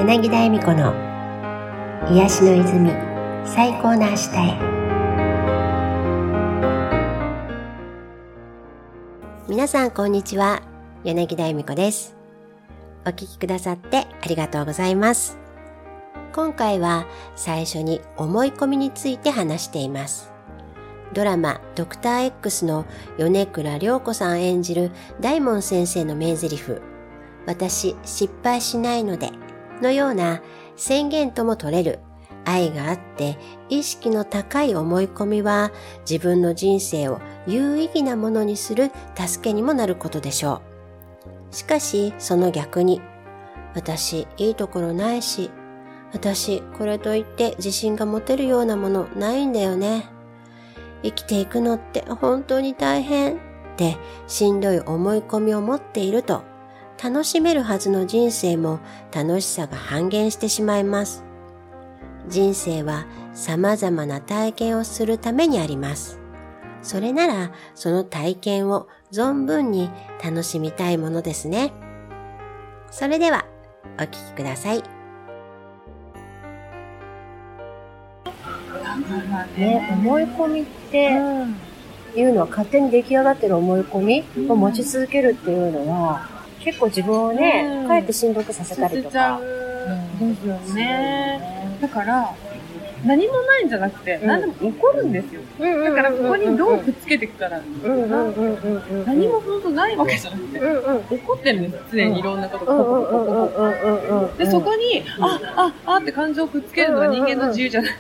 柳田恵美子の癒しの泉、最高の明日へ。皆さんこんにちは、柳田恵美子です。お聞きくださってありがとうございます。今回は最初に思い込みについて話しています。ドラマドクター X の米倉涼子さん演じる大門先生の名台詞、私失敗しないのでのような宣言とも取れる愛があって意識の高い思い込みは、自分の人生を有意義なものにする助けにもなることでしょう。しかしその逆に、私いいところないし、私これといって自信が持てるようなものないんだよね。生きていくのって本当に大変ってしんどい思い込みを持っていると、楽しめるはずの人生も楽しさが半減してしまいます。人生は様々な体験をするためにあります。それならその体験を存分に楽しみたいものですね。それではお聞きください。 思い込みっていうのは、勝手に出来上がってる思い込みを持ち続けるっていうのは、結構自分をね、かえってしんどくさせたりとか。 ですよね。だから、何もないんじゃなくて、何でも起こるんですよ。だから、ここにどうくっつけていくかなんですよ。何も本当ないわけじゃなくて、起こってるんですよ。常にいろんなことが。で、そこに、って感情をくっつけるのは人間の自由じゃない。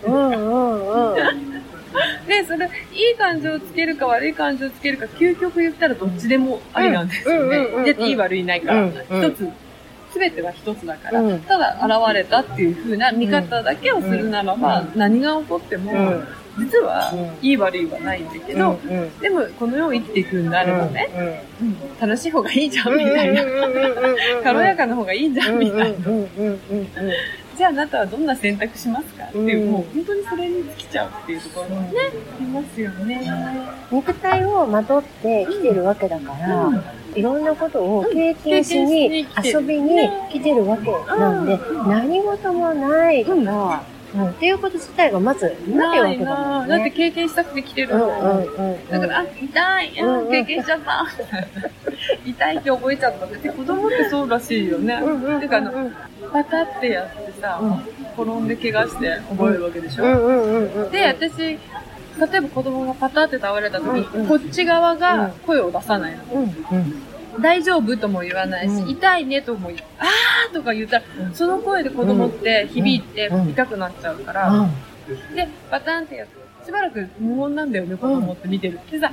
で、それ、いい感情をつけるか悪い感情をつけるか、究極言ったらどっちでもありなんですよね。だっていい悪いないから、一つ。すべては一つだから、ただ現れたっていう風な見方だけをするならば、何が起こっても、実はいい悪いはないんだけど、でもこの世を生きていくんであればね、楽しい方がいいじゃんみたいな、軽やかな方がいいじゃんみたいな。じゃああなたはどんな選択しますかっていう、もう本当にそれに尽きちゃうっていうところもね、ありますよね。 肉体をまとって生きてるわけだから、いろんなことを経験しに、遊びに来てるわけなんで、何事もないとか、っていうこと自体がまずないわけだもんね。 だって経験したくて来てるの。だから、痛い、経験しちゃった。痛いって覚えちゃったって。子供ってそうらしいよね。てかパタってやってさ、転んで怪我して覚えるわけでしょ。で、私、例えば子供がパタって倒れた時に、こっち側が声を出さないの。大丈夫とも言わないし、痛いねともあーとか言ったら、その声で子供って響いて痛くなっちゃうから、で、パタンってやって、しばらく無音なんだよね、子供って見てる。でさ、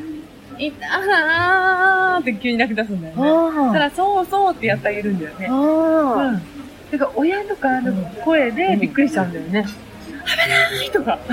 あーって急に泣き出すんだよね。たら、そうそうってやってあげるんだよね。だから親とかの声でびっくりしちゃうんだよね。危ないとか。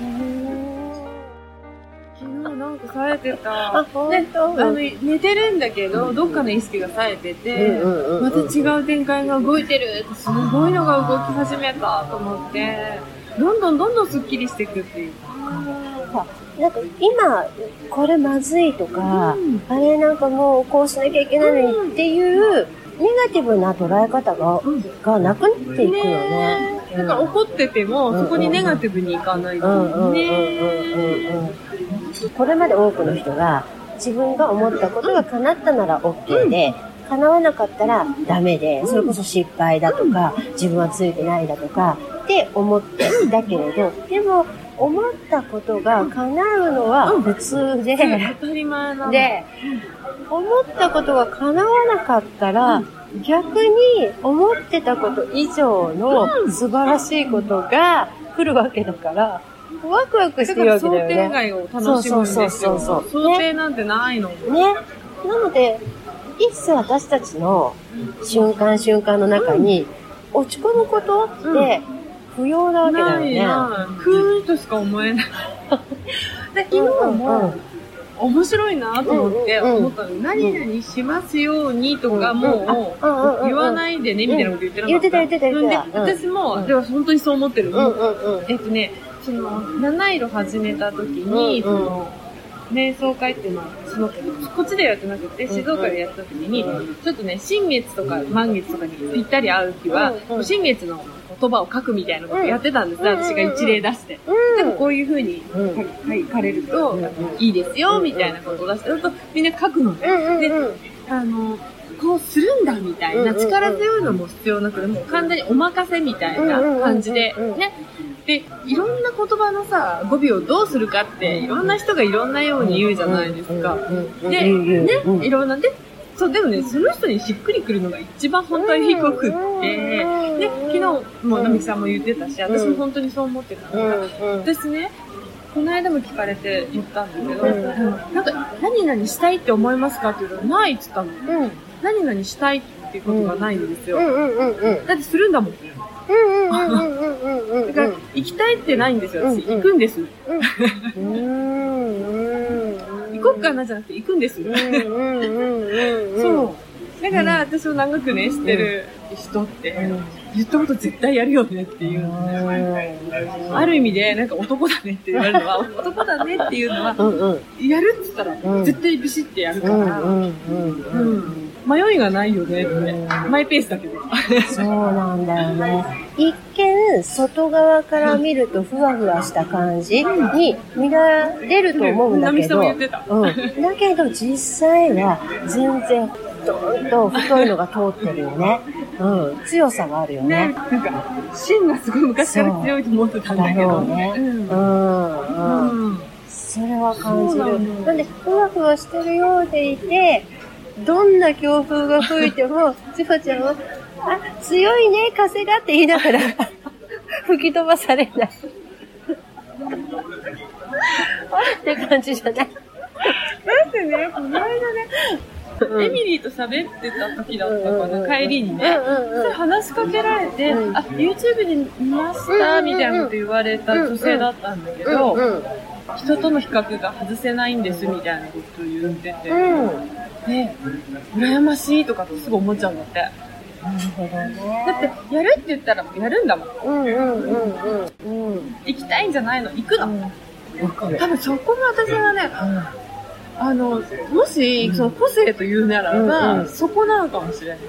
昨日なんか冴えてた。寝てるんだけど、どっかの意識が冴えてて、また違う展開が動いてるって、すごいのが動き始めたと思って、どんどんスッキリしていくっていう。 なんか今、これまずいとか、あれなんかもうこうしなきゃいけないのにっていう、ネガティブな捉え方がなくなっていくよね。 だから怒ってても、そこにネガティブにいかないとね。 これまで多くの人が自分が思ったことが叶ったなら OK で、叶わなかったらダメで、それこそ失敗だとか、自分はついてないだとかって思っていたけれど、でも思ったことが叶うのは普通で、 当たり前なの。 で、思ったことが叶わなかったら、逆に思ってたこと以上の素晴らしいことが来るわけだから、ワクワクしてるわけだよね。 想定外を楽しむんですよ。想定なんてないの。 ね。なので、いつ私たちの瞬間瞬間の中に落ち込むことって不要なわけだよね。 ふーんとしか思えない。で、昨日も、面白いなと思って思ったのに、何々しますようにとかもう言わないでねみたいなこと言ってなかった。 言ってた。 私も、でも本当にそう思ってる。その、七色始めた時に、 瞑想会っていうのは、こっちでやってなくて、静岡でやった時に、ちょっとね、新月とか満月とかにぴったり合う日は、新月の言葉を書くみたいなことやってたんです。私が一例出して。でもこういう風に書かれると、いいですよ、みたいなことを出してると、みんな書くの。で、こうするんだみたいな力強いのも必要なくて、もう完全にお任せみたいな感じで、ね。で、いろんな言葉のさ、語尾をどうするかって、いろんな人がいろんなように言うじゃないですか。で、ね、いろんな、で、そう、でもね、その人にしっくりくるのが一番本当に低くって、で、昨日もなみきさんも言ってたし、私も本当にそう思ってたのが、私ね、この間も聞かれて言ったんだけど、なんか、何々したいって思いますかって言うと、ないって言ったの。何々したいっていうことがないんですよ。だってするんだもん。だから、行きたいってないんですよ。私、行くんです。行こっかなじゃなくて、行くんです。そう。だから、私を長くね、知ってる人って、言ったこと絶対やるよねっていうのね。ある意味で、なんか男だねって言われるのは、男だねっていうのは、やるって言ったら、絶対ビシッてやるから、迷いがないよねって、マイペースだけど。 そうなんだよね。一見、外側から見るとふわふわした感じに見られると思うんだけど、だけど実際は全然、ドーンと太いのが通ってるよね。強さがあるよね。 なんか、芯がすごい昔から強いと思ってたんだけどね。 それは感じる。なんで、ふわふわしてるようでいて、どんな強風が吹いても、ちほちゃんは、あ、強いね、風がって言いながら、吹き飛ばされない。って感じじゃない？ だってね、この間ね、エミリーと喋ってた時だったかな、帰りにね、話しかけられて、YouTube で見ましたみたいなこと言われた女性だったんだけど、人との比較が外せないんですみたいなことを言ってて、で、羨ましいとかってすぐ思っちゃうんだって。 なるほどね。 だって、やるって言ったらやるんだもん。行きたいんじゃないの？行くの。多分そこも私はね、もし、その個性というならば、そこなのかもしれない。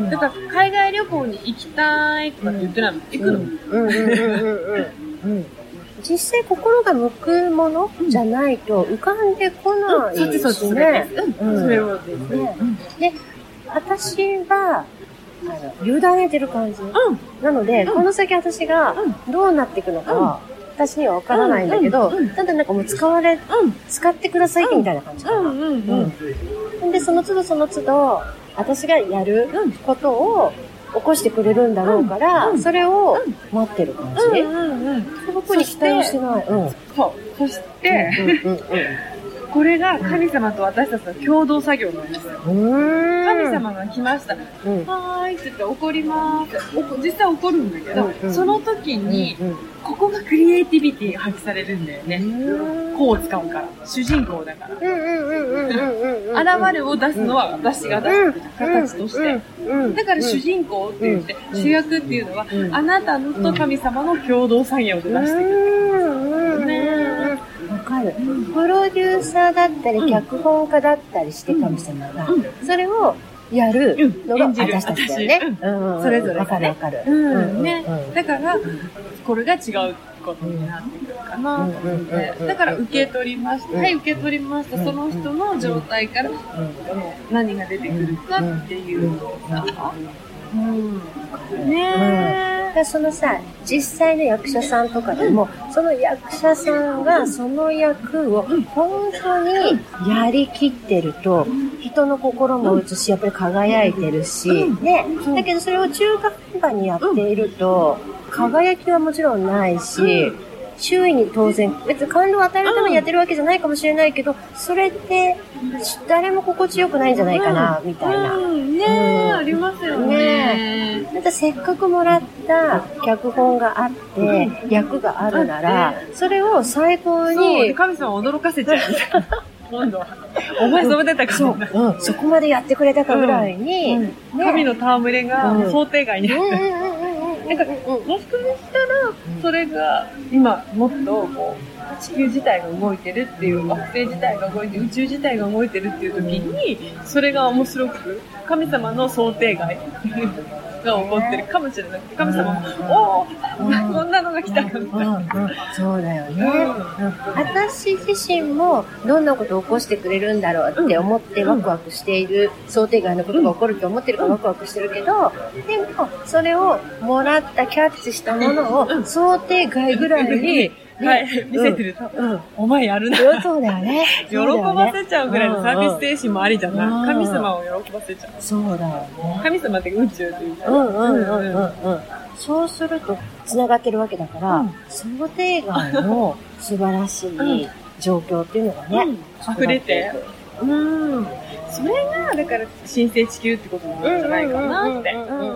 だから、海外旅行に行きたいとかって言ってないの？行くの？ 実際心が向くものじゃないと浮かんでこないしね。 それはですね。 で、私は、委ねてる感じ。なので、この先私がどうなっていくのかは、私には分からないんだけど、ただなんかもう使ってくださいみたいな感じかな。で、その都度その都度、私がやることを起こしてくれるんだろうから、それを待ってる感じ。特に期待をしてない。 そう。そして、これが神様と私たちの共同作業なんですよ。神様が来ました。はーいって言って怒りまーす。実際怒るんだけど、その時に、ここがクリエイティビティが発揮されるんだよね。こう使うから。主人公だから。現れを出すのは私が出す形として。だから主人公って言って、主役っていうのは、あなたと神様の共同作業で出してくる。 わかる。プロデューサーだったり、脚本家だったりして神様が、それをやるのが私たちだよね。 それぞれ。 わかるわかる。 ね。だから、これが違うことになってくるかなと思って。だから受け取りました。はい、受け取りました。その人の状態から何が出てくるかっていうのをさ、 そのさ、実際の役者さんとかでも、その役者さんがその役を本当にやりきってると、人の心も映し、やっぱり輝いてるし、ね。だけどそれを中華半端にやっていると、輝きはもちろんないし、周囲に当然、別に感動を与えるためにやってるわけじゃないかもしれないけど、それって、誰も心地よくないんじゃないかな、みたいな。 ありますよね。 だってせっかくもらった脚本があって、役があるなら、それを最高に。 神様を驚かせちゃう。今度は。お前それ出たから。そこまでやってくれたかぐらいに。 神の戯れが想定外になった。なんか、もしかしたら、それが、今、もっと、こう、 地球自体が動いてるっていう、惑星自体が動いて、宇宙自体が動いてるっていう時に、それが面白く、神様の想定外が起こってるかもしれなくて、神様も、こんなのが来たかみたいな。 そうだよね。私自身もどんなことを起こしてくれるんだろうって思ってワクワクしている、想定外のことが起こると思ってるからワクワクしてるけど、でもそれをもらったキャッチしたものを想定外ぐらいにはい、見せてると、お前やるな。 そうだよね。 喜ばせちゃうぐらいのサービス精神もありじゃない。神様を喜ばせちゃう。 そうだよね。 神様って宇宙というか。 そうすると、繋がってるわけだから、想定外の素晴らしい状況っていうのがね、 溢れて。それが、だから、新生地球ってことなんじゃないかなって。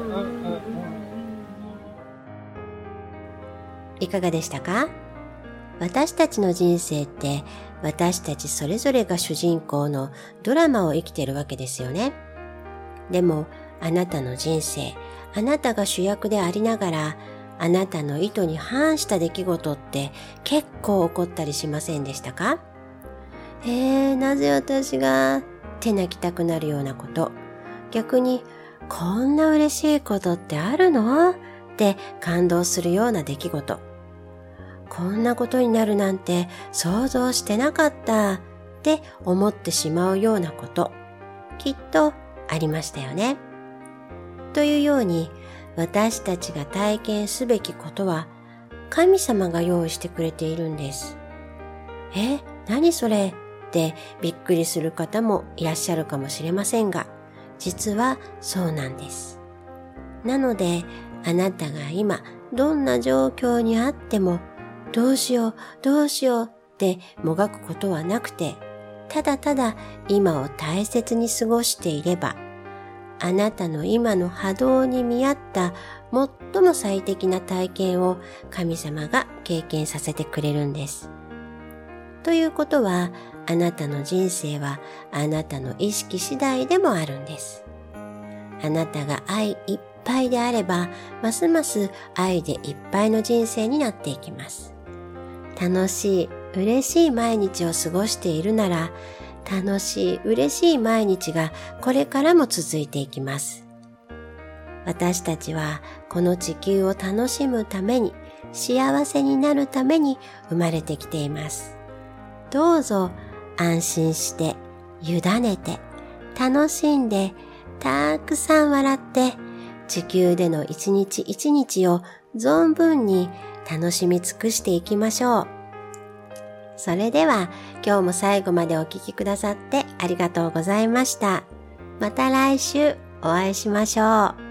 いかがでしたか？私たちの人生って私たちそれぞれが主人公のドラマを生きているわけですよね。でもあなたの人生、あなたが主役でありながらあなたの意図に反した出来事って結構起こったりしませんでしたか？なぜ私がって泣きたくなるようなこと。逆にこんな嬉しいことってあるの？って感動するような出来事。こんなことになるなんて想像してなかったって思ってしまうようなこと、きっとありましたよね。というように私たちが体験すべきことは神様が用意してくれているんです。何それってびっくりする方もいらっしゃるかもしれませんが、実はそうなんです。なのであなたが今どんな状況にあってもどうしようってもがくことはなくて、ただただ今を大切に過ごしていれば、あなたの今の波動に見合った最も最適な体験を神様が経験させてくれるんです。ということは、あなたの人生はあなたの意識次第でもあるんです。あなたが愛いっぱいであれば、ますます愛でいっぱいの人生になっていきます。楽しい、嬉しい毎日を過ごしているなら、楽しい、嬉しい毎日がこれからも続いていきます。私たちはこの地球を楽しむために、幸せになるために生まれてきています。どうぞ安心して、委ねて、楽しんで、たくさん笑って、地球での一日一日を存分に楽しみ尽くしていきましょう。それでは今日も最後までお聞きくださってありがとうございました。また来週お会いしましょう。